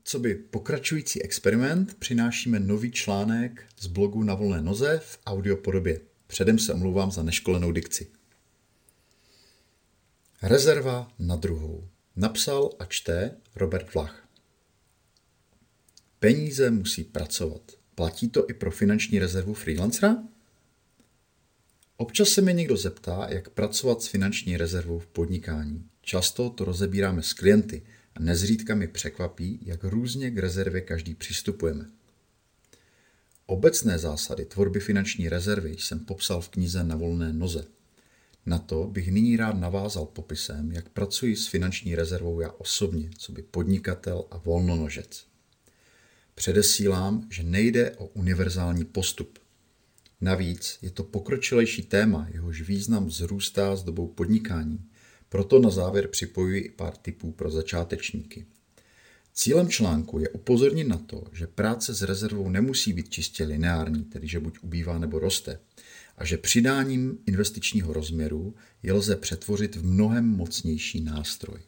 Coby pokračující experiment přinášíme nový článek z blogu Na volné noze v audiopodobě. Předem se omlouvám za neškolenou dikci. Rezerva na druhou. Napsal a čte Robert Vlach. Peníze musí pracovat. Platí to i pro finanční rezervu freelancera? Občas se mě někdo zeptá, jak pracovat s finanční rezervou v podnikání. Často to rozebíráme s klienty a nezřídka mi překvapí, jak různě k rezervě každý přistupujeme. Obecné zásady tvorby finanční rezervy jsem popsal v knize Na volné noze. Na to bych nyní rád navázal popisem, jak pracuji s finanční rezervou já osobně, coby podnikatel a volnonožec. Předesílám, že nejde o univerzální postup. Navíc je to pokročilejší téma, jehož význam vzrůstá s dobou podnikání, proto na závěr připojuji i pár tipů pro začátečníky. Cílem článku je upozornit na to, že práce s rezervou nemusí být čistě lineární, tedy že buď ubývá nebo roste, a že přidáním investičního rozměru je lze přetvořit v mnohem mocnější nástroj.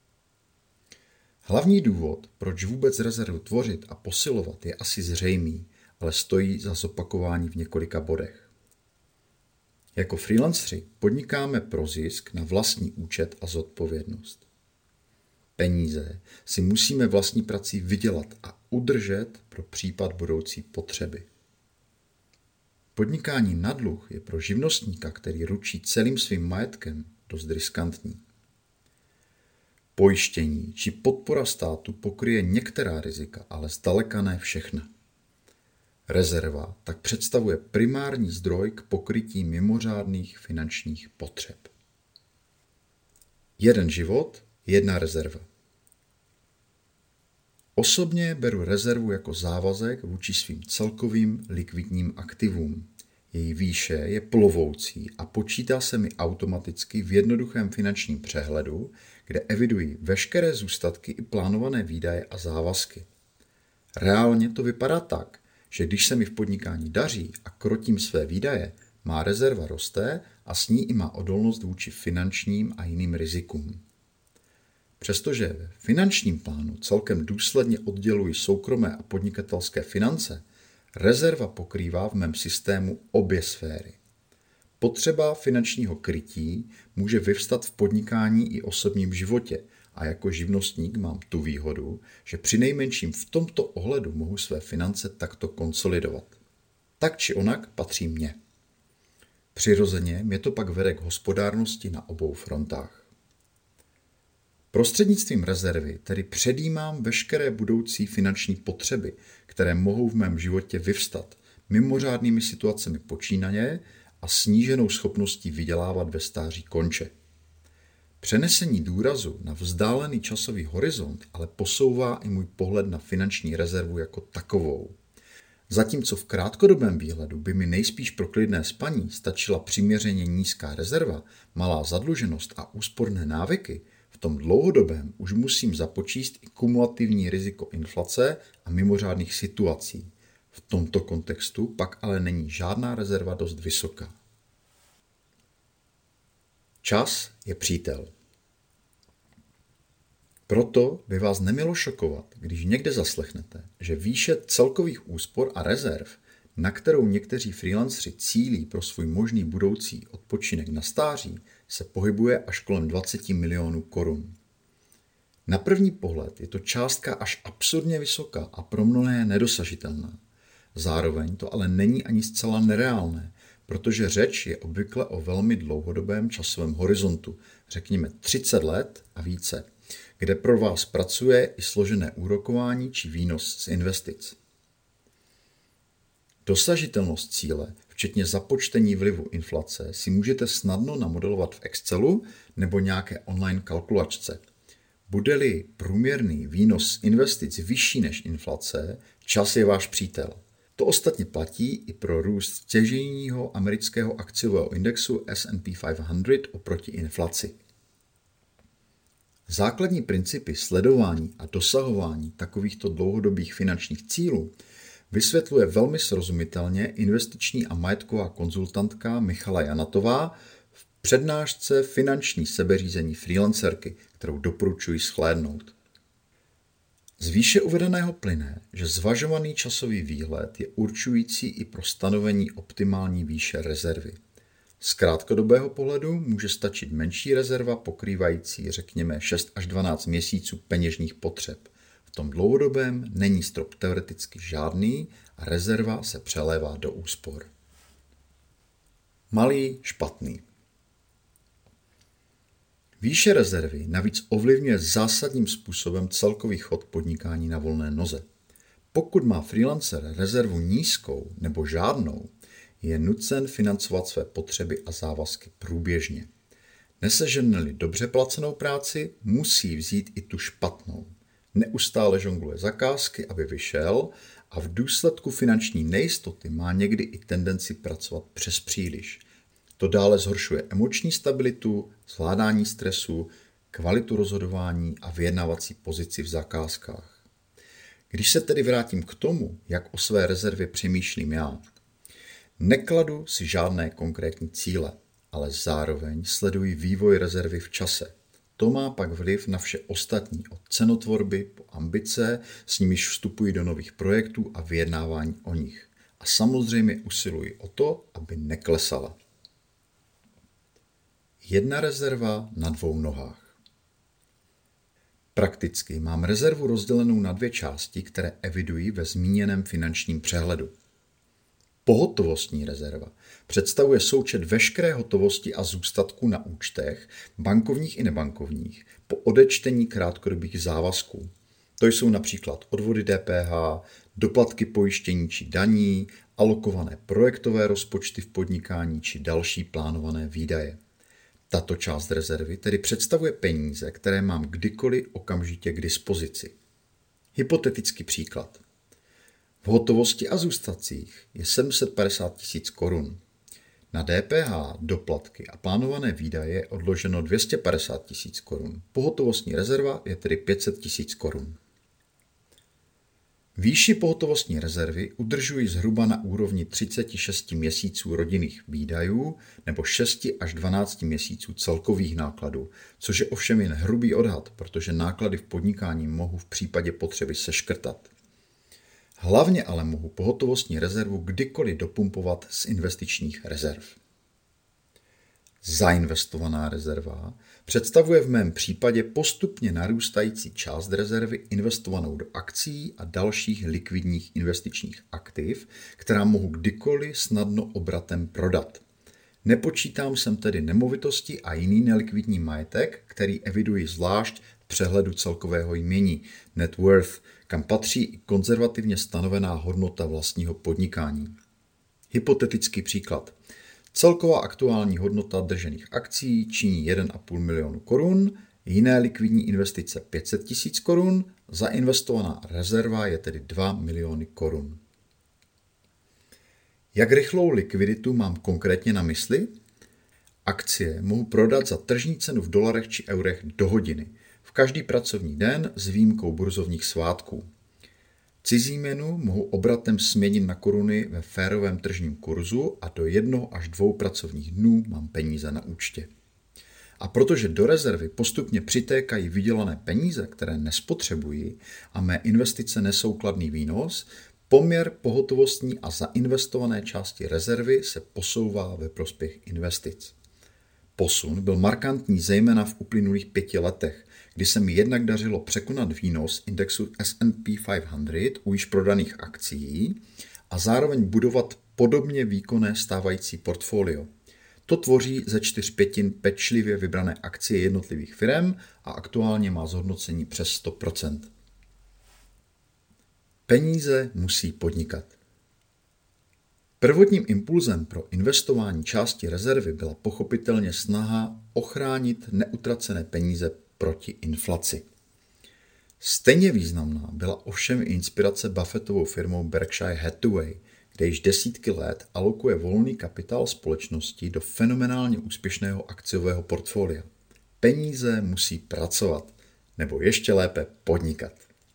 Hlavní důvod, proč vůbec rezervu tvořit a posilovat, je asi zřejmý, ale stojí za zopakování v několika bodech. Jako freelanceri podnikáme pro zisk na vlastní účet a zodpovědnost. Peníze si musíme vlastní prací vydělat a udržet pro případ budoucí potřeby. Podnikání na dluh je pro živnostníka, který ručí celým svým majetkem, dost riskantní. Pojištění či podpora státu pokryje některá rizika, ale zdaleka ne všechna. Rezerva tak představuje primární zdroj k pokrytí mimořádných finančních potřeb. Jeden život, jedna rezerva. Osobně beru rezervu jako závazek vůči svým celkovým likvidním aktivům. Její výše je plovoucí a počítá se mi automaticky v jednoduchém finančním přehledu, kde eviduji veškeré zůstatky i plánované výdaje a závazky. Reálně to vypadá tak, že když se mi v podnikání daří a krotím své výdaje, má rezerva roste a s ní i má odolnost vůči finančním a jiným rizikům. Přestože ve finančním plánu celkem důsledně odděluji soukromé a podnikatelské finance, rezerva pokrývá v mém systému obě sféry. Potřeba finančního krytí může vyvstat v podnikání i osobním životě a jako živnostník mám tu výhodu, že přinejmenším v tomto ohledu mohu své finance takto konsolidovat. Tak či onak patří mně. Přirozeně mě to pak vede k hospodárnosti na obou frontách. Prostřednictvím rezervy tedy předjímám veškeré budoucí finanční potřeby, které mohou v mém životě vyvstat, mimořádnými situacemi počínaje a sníženou schopností vydělávat ve stáří konče. Přenesení důrazu na vzdálený časový horizont ale posouvá i můj pohled na finanční rezervu jako takovou. Zatímco v krátkodobém výhledu by mi nejspíš pro klidné spaní stačila přiměřeně nízká rezerva, malá zadluženost a úsporné návyky, v tom dlouhodobém už musím započíst i kumulativní riziko inflace a mimořádných situací. V tomto kontextu pak ale není žádná rezerva dost vysoká. Čas je přítel. Proto by vás nemělo šokovat, když někde zaslechnete, že výše celkových úspor a rezerv, na kterou někteří freelanceri cílí pro svůj možný budoucí odpočinek na stáří, se pohybuje až kolem 20 milionů korun. Na první pohled je to částka až absurdně vysoká a pro mnohé nedosažitelná. Zároveň to ale není ani zcela nereálné, protože řeč je obvykle o velmi dlouhodobém časovém horizontu, řekněme 30 let a více, kde pro vás pracuje i složené úrokování či výnos z investic. Dosažitelnost cíle, včetně započtení vlivu inflace, si můžete snadno namodelovat v Excelu nebo nějaké online kalkulačce. Bude-li průměrný výnos z investic vyšší než inflace, čas je váš přítel. To ostatně platí i pro růst stěžejního amerického akciového indexu S&P 500 oproti inflaci. Základní principy sledování a dosahování takovýchto dlouhodobých finančních cílů vysvětluje velmi srozumitelně investiční a majetková konzultantka Michala Janatová v přednášce Finanční sebeřízení freelancerky, kterou doporučuji shlédnout. Z výše uvedeného plyne, že zvažovaný časový výhled je určující i pro stanovení optimální výše rezervy. Z krátkodobého pohledu může stačit menší rezerva pokrývající řekněme 6 až 12 měsíců peněžních potřeb. V tom dlouhodobém není strop teoreticky žádný a rezerva se přelévá do úspor. Malý špatný. Výše rezervy navíc ovlivňuje zásadním způsobem celkový chod podnikání na volné noze. Pokud má freelancer rezervu nízkou nebo žádnou, je nucen financovat své potřeby a závazky průběžně. Nesežene-li dobře placenou práci, musí vzít i tu špatnou. Neustále žongluje zakázky, aby vyšel a v důsledku finanční nejistoty má někdy i tendenci pracovat přes příliš. To dále zhoršuje emoční stabilitu, zvládání stresu, kvalitu rozhodování a vyjednávací pozici v zakázkách. Když se tedy vrátím k tomu, jak o své rezervě přemýšlím já, nekladu si žádné konkrétní cíle, ale zároveň sleduji vývoj rezervy v čase. To má pak vliv na vše ostatní, od cenotvorby po ambice, s nimiž vstupuji do nových projektů a vyjednávání o nich. A samozřejmě usiluji o to, aby neklesala. Jedna rezerva na 2 nohách. Prakticky mám rezervu rozdělenou na 2 části, které evidují ve zmíněném finančním přehledu. Pohotovostní rezerva představuje součet veškeré hotovosti a zůstatků na účtech, bankovních i nebankovních, po odečtení krátkodobých závazků. To jsou například odvody DPH, doplatky pojištění či daní, alokované projektové rozpočty v podnikání či další plánované výdaje. Tato část rezervy tedy představuje peníze, které mám kdykoliv okamžitě k dispozici. Hypotetický příklad. V hotovosti a zůstatcích je 750 000 korun. Na DPH, doplatky a plánované výdaje je odloženo 250 000 korun. Pohotovostní rezerva je tedy 500 000 korun. Výši pohotovostní rezervy udržuji zhruba na úrovni 36 měsíců rodinných výdajů nebo 6 až 12 měsíců celkových nákladů, což je ovšem jen hrubý odhad, protože náklady v podnikání mohu v případě potřeby seškrtat. Hlavně ale mohu pohotovostní rezervu kdykoliv dopumpovat z investičních rezerv. Zainvestovaná rezerva představuje v mém případě postupně narůstající část rezervy investovanou do akcií a dalších likvidních investičních aktiv, která mohu kdykoliv snadno obratem prodat. Nepočítám sem tedy nemovitosti a jiný nelikvidní majetek, který eviduji zvlášť v přehledu celkového jmění net worth, kam patří i konzervativně stanovená hodnota vlastního podnikání. Hypotetický příklad. Celková aktuální hodnota držených akcí činí 1,5 milionu korun, jiné likvidní investice 500 000 korun, zainvestovaná rezerva je tedy 2 miliony korun. Jak rychlou likviditu mám konkrétně na mysli? Akcie mohu prodat za tržní cenu v dolarech či eurech do hodiny, v každý pracovní den s výjimkou burzovních svátků. Cizí měnu mohu obratem směnit na koruny ve férovém tržním kurzu a do 1 až 2 pracovních dnů mám peníze na účtě. A protože do rezervy postupně přitékají vydělané peníze, které nespotřebuji a mé investice nesou kladný výnos, poměr pohotovostní a zainvestované části rezervy se posouvá ve prospěch investic. Posun byl markantní zejména v uplynulých 5 letech, kdy se mi jednak dařilo překonat výnos indexu S&P 500 u již prodaných akcií a zároveň budovat podobně výkonné stávající portfolio. To tvoří ze 4/5 pečlivě vybrané akcie jednotlivých firem a aktuálně má zhodnocení přes 100%. Peníze musí podnikat. Prvotním impulzem pro investování části rezervy byla pochopitelně snaha ochránit neutracené peníze proti inflaci. Stejně významná byla ovšem i inspirace Buffettovou firmou Berkshire Hathaway, kde již desítky let alokuje volný kapitál společnosti do fenomenálně úspěšného akciového portfolia. Peníze musí pracovat, nebo ještě lépe podnikat.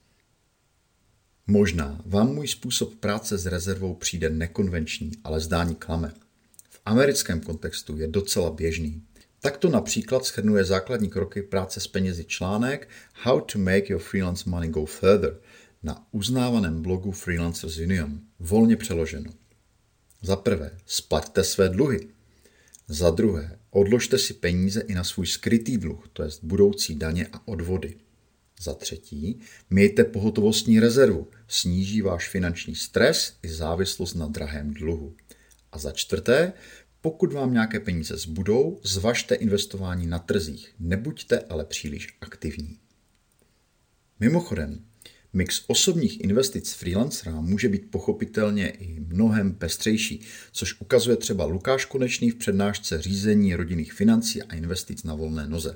Možná vám můj způsob práce s rezervou přijde nekonvenční, ale zdání klame. V americkém kontextu je docela běžný. Takto například shrnuje základní kroky práce s penězi článek How to make your freelance money go further na uznávaném blogu Freelancers Union, volně přeloženo. Za prvé, splaťte své dluhy. Za druhé, odložte si peníze i na svůj skrytý dluh, to jest budoucí daně a odvody. Za třetí, mějte pohotovostní rezervu, sníží váš finanční stres i závislost na drahém dluhu. A za čtvrté, pokud vám nějaké peníze zbudou, zvažte investování na trzích, nebuďte ale příliš aktivní. Mimochodem, mix osobních investic freelancera může být pochopitelně i mnohem pestřejší, což ukazuje třeba Lukáš Konečný v přednášce Řízení rodinných financí a investic na volné noze.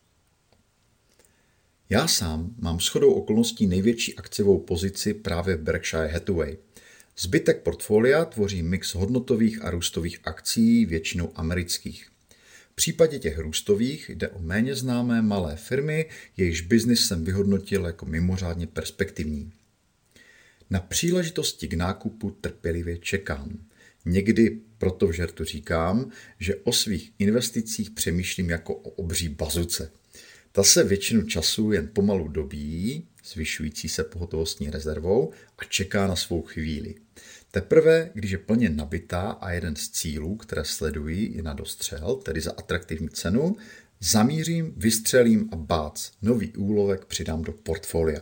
Já sám mám shodou okolností největší akciovou pozici právě v Berkshire Hathaway. Zbytek portfolia tvoří mix hodnotových a růstových akcií, většinou amerických. V případě těch růstových jde o méně známé malé firmy, jejichž biznis jsem vyhodnotil jako mimořádně perspektivní. Na příležitosti k nákupu trpělivě čekám. Někdy proto v žertu říkám, že o svých investicích přemýšlím jako o obří bazuce. Ta se většinu času jen pomalu dobíjí, zvyšující se pohotovostní rezervou a čeká na svou chvíli. Teprve, když je plně nabitá a jeden z cílů, které sledují, je na dostřel, tedy za atraktivní cenu, zamířím, vystřelím a bác, nový úlovek přidám do portfolia.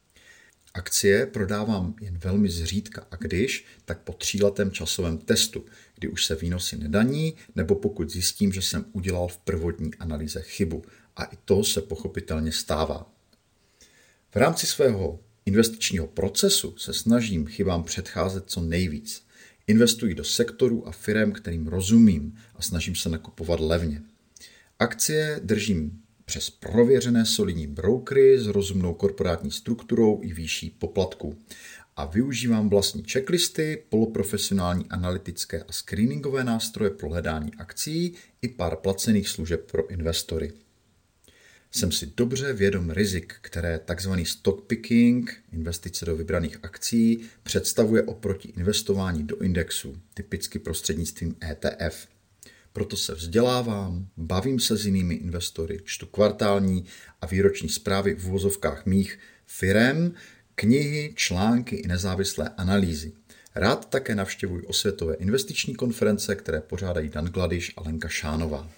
Akcie prodávám jen velmi zřídka a když, tak po 3letém časovém testu, kdy už se výnosy nedaní, nebo pokud zjistím, že jsem udělal v prvotní analýze chybu. A i to se pochopitelně stává. V rámci svého investičního procesu se snažím chybám předcházet co nejvíc. Investuji do sektorů a firem, kterým rozumím a snažím se nakupovat levně. Akcie držím přes prověřené solidní brokery s rozumnou korporátní strukturou i výší poplatků. A využívám vlastní checklisty, poloprofesionální analytické a screeningové nástroje pro hledání akcií i pár placených služeb pro investory. Jsem si dobře vědom rizik, které tzv. Stock picking, investice do vybraných akcí, představuje oproti investování do indexu, typicky prostřednictvím ETF. Proto se vzdělávám, bavím se s jinými investory, čtu kvartální a výroční zprávy v uvozovkách mých firem, knihy, články i nezávislé analýzy. Rád také navštěvuji osvětové investiční konference, které pořádají Dan Gladiš a Lenka Šánová.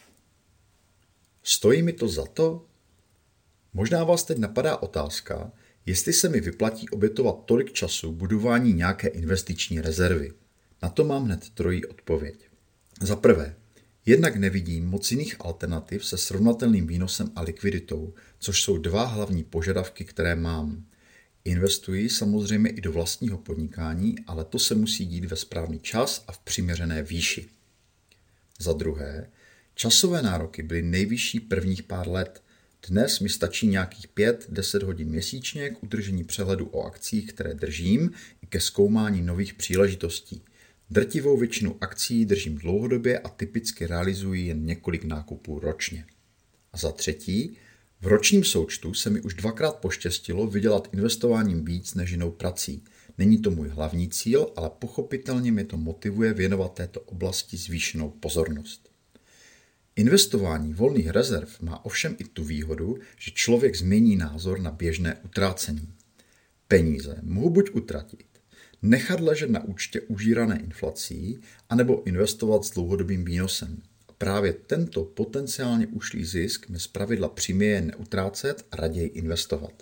Stojí mi to za to? Možná vás teď napadá otázka, jestli se mi vyplatí obětovat tolik času budování nějaké investiční rezervy. Na to mám hned trojí odpověď. Za prvé, jednak nevidím moc jiných alternativ se srovnatelným výnosem a likviditou, což jsou dva hlavní požadavky, které mám. Investuji samozřejmě i do vlastního podnikání, ale to se musí dít ve správný čas a v přiměřené výši. Za druhé, časové nároky byly nejvyšší prvních pár let. Dnes mi stačí nějakých 5-10 hodin měsíčně k udržení přehledu o akcích, které držím, i ke zkoumání nových příležitostí. Drtivou většinu akcí držím dlouhodobě a typicky realizuji jen několik nákupů ročně. A za třetí, v ročním součtu se mi už 2krát poštěstilo vydělat investováním víc než jinou prací. Není to můj hlavní cíl, ale pochopitelně mě to motivuje věnovat této oblasti zvýšenou pozornost. Investování volných rezerv má ovšem i tu výhodu, že člověk změní názor na běžné utrácení. Peníze mohu buď utratit, nechat ležet na účtě užírané inflací, anebo investovat s dlouhodobým výnosem. A právě tento potenciálně ušlý zisk mě zpravidla přiměje neutrácet a raději investovat.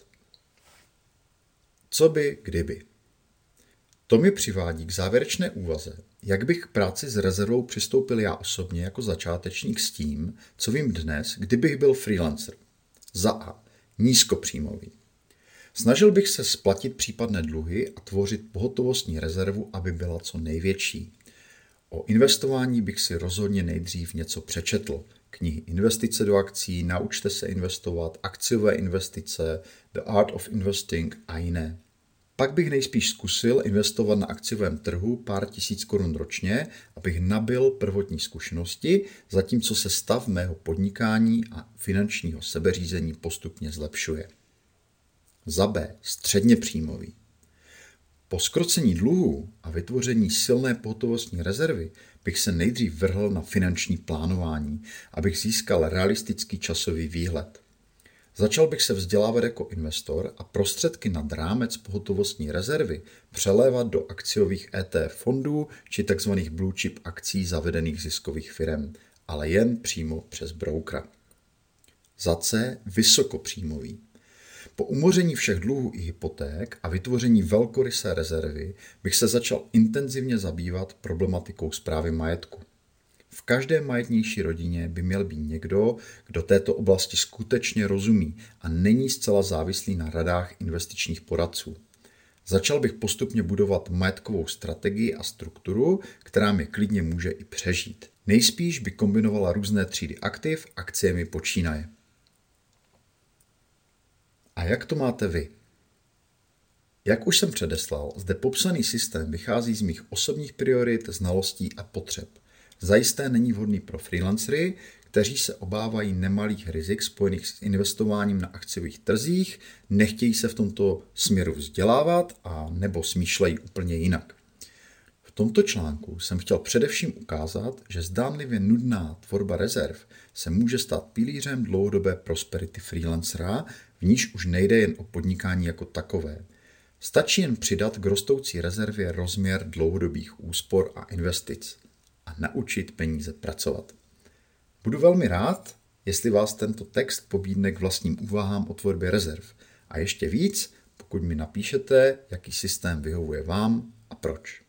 Co by, kdyby? To mě přivádí k závěrečné úvaze, jak bych k práci s rezervou přistoupil já osobně jako začátečník s tím, co vím dnes, kdybych byl freelancer. Za A. Nízkopříjmový. Snažil bych se splatit případné dluhy a tvořit pohotovostní rezervu, aby byla co největší. O investování bych si rozhodně nejdřív něco přečetl. Knihy Investice do akcí, Naučte se investovat, Akciové investice, The Art of Investing a jiné. Pak bych nejspíš zkusil investovat na akciovém trhu pár tisíc korun ročně, abych nabyl prvotní zkušenosti, zatímco se stav mého podnikání a finančního sebeřízení postupně zlepšuje. Za B. Středně příjmový. Po zkrocení dluhu a vytvoření silné pohotovostní rezervy bych se nejdřív vrhl na finanční plánování, abych získal realistický časový výhled. Začal bych se vzdělávat jako investor a prostředky nad rámec pohotovostní rezervy přelévat do akciových ETF fondů či tzv. blue chip akcí zavedených ziskových firem, ale jen přímo přes brokera. Za C. Vysokopříjmový. Po umoření všech dluhů i hypoték a vytvoření velkorysé rezervy bych se začal intenzivně zabývat problematikou správy majetku. V každé majetnější rodině by měl být někdo, kdo této oblasti skutečně rozumí a není zcela závislý na radách investičních poradců. Začal bych postupně budovat majetkovou strategii a strukturu, která mi klidně může i přežít. Nejspíš by kombinovala různé třídy aktiv, akciemi počínaje. A jak to máte vy? Jak už jsem předeslal, zde popsaný systém vychází z mých osobních priorit, znalostí a potřeb. Zajisté není vhodný pro freelancery, kteří se obávají nemalých rizik spojených s investováním na akciových trzích, nechtějí se v tomto směru vzdělávat a nebo smýšlejí úplně jinak. V tomto článku jsem chtěl především ukázat, že zdánlivě nudná tvorba rezerv se může stát pilířem dlouhodobé prosperity freelancera, v níž už nejde jen o podnikání jako takové. Stačí jen přidat k rostoucí rezervě rozměr dlouhodobých úspor a investic a naučit peníze pracovat. Budu velmi rád, jestli vás tento text pobídne k vlastním úvahám o tvorbě rezerv a ještě víc, pokud mi napíšete, jaký systém vyhovuje vám a proč.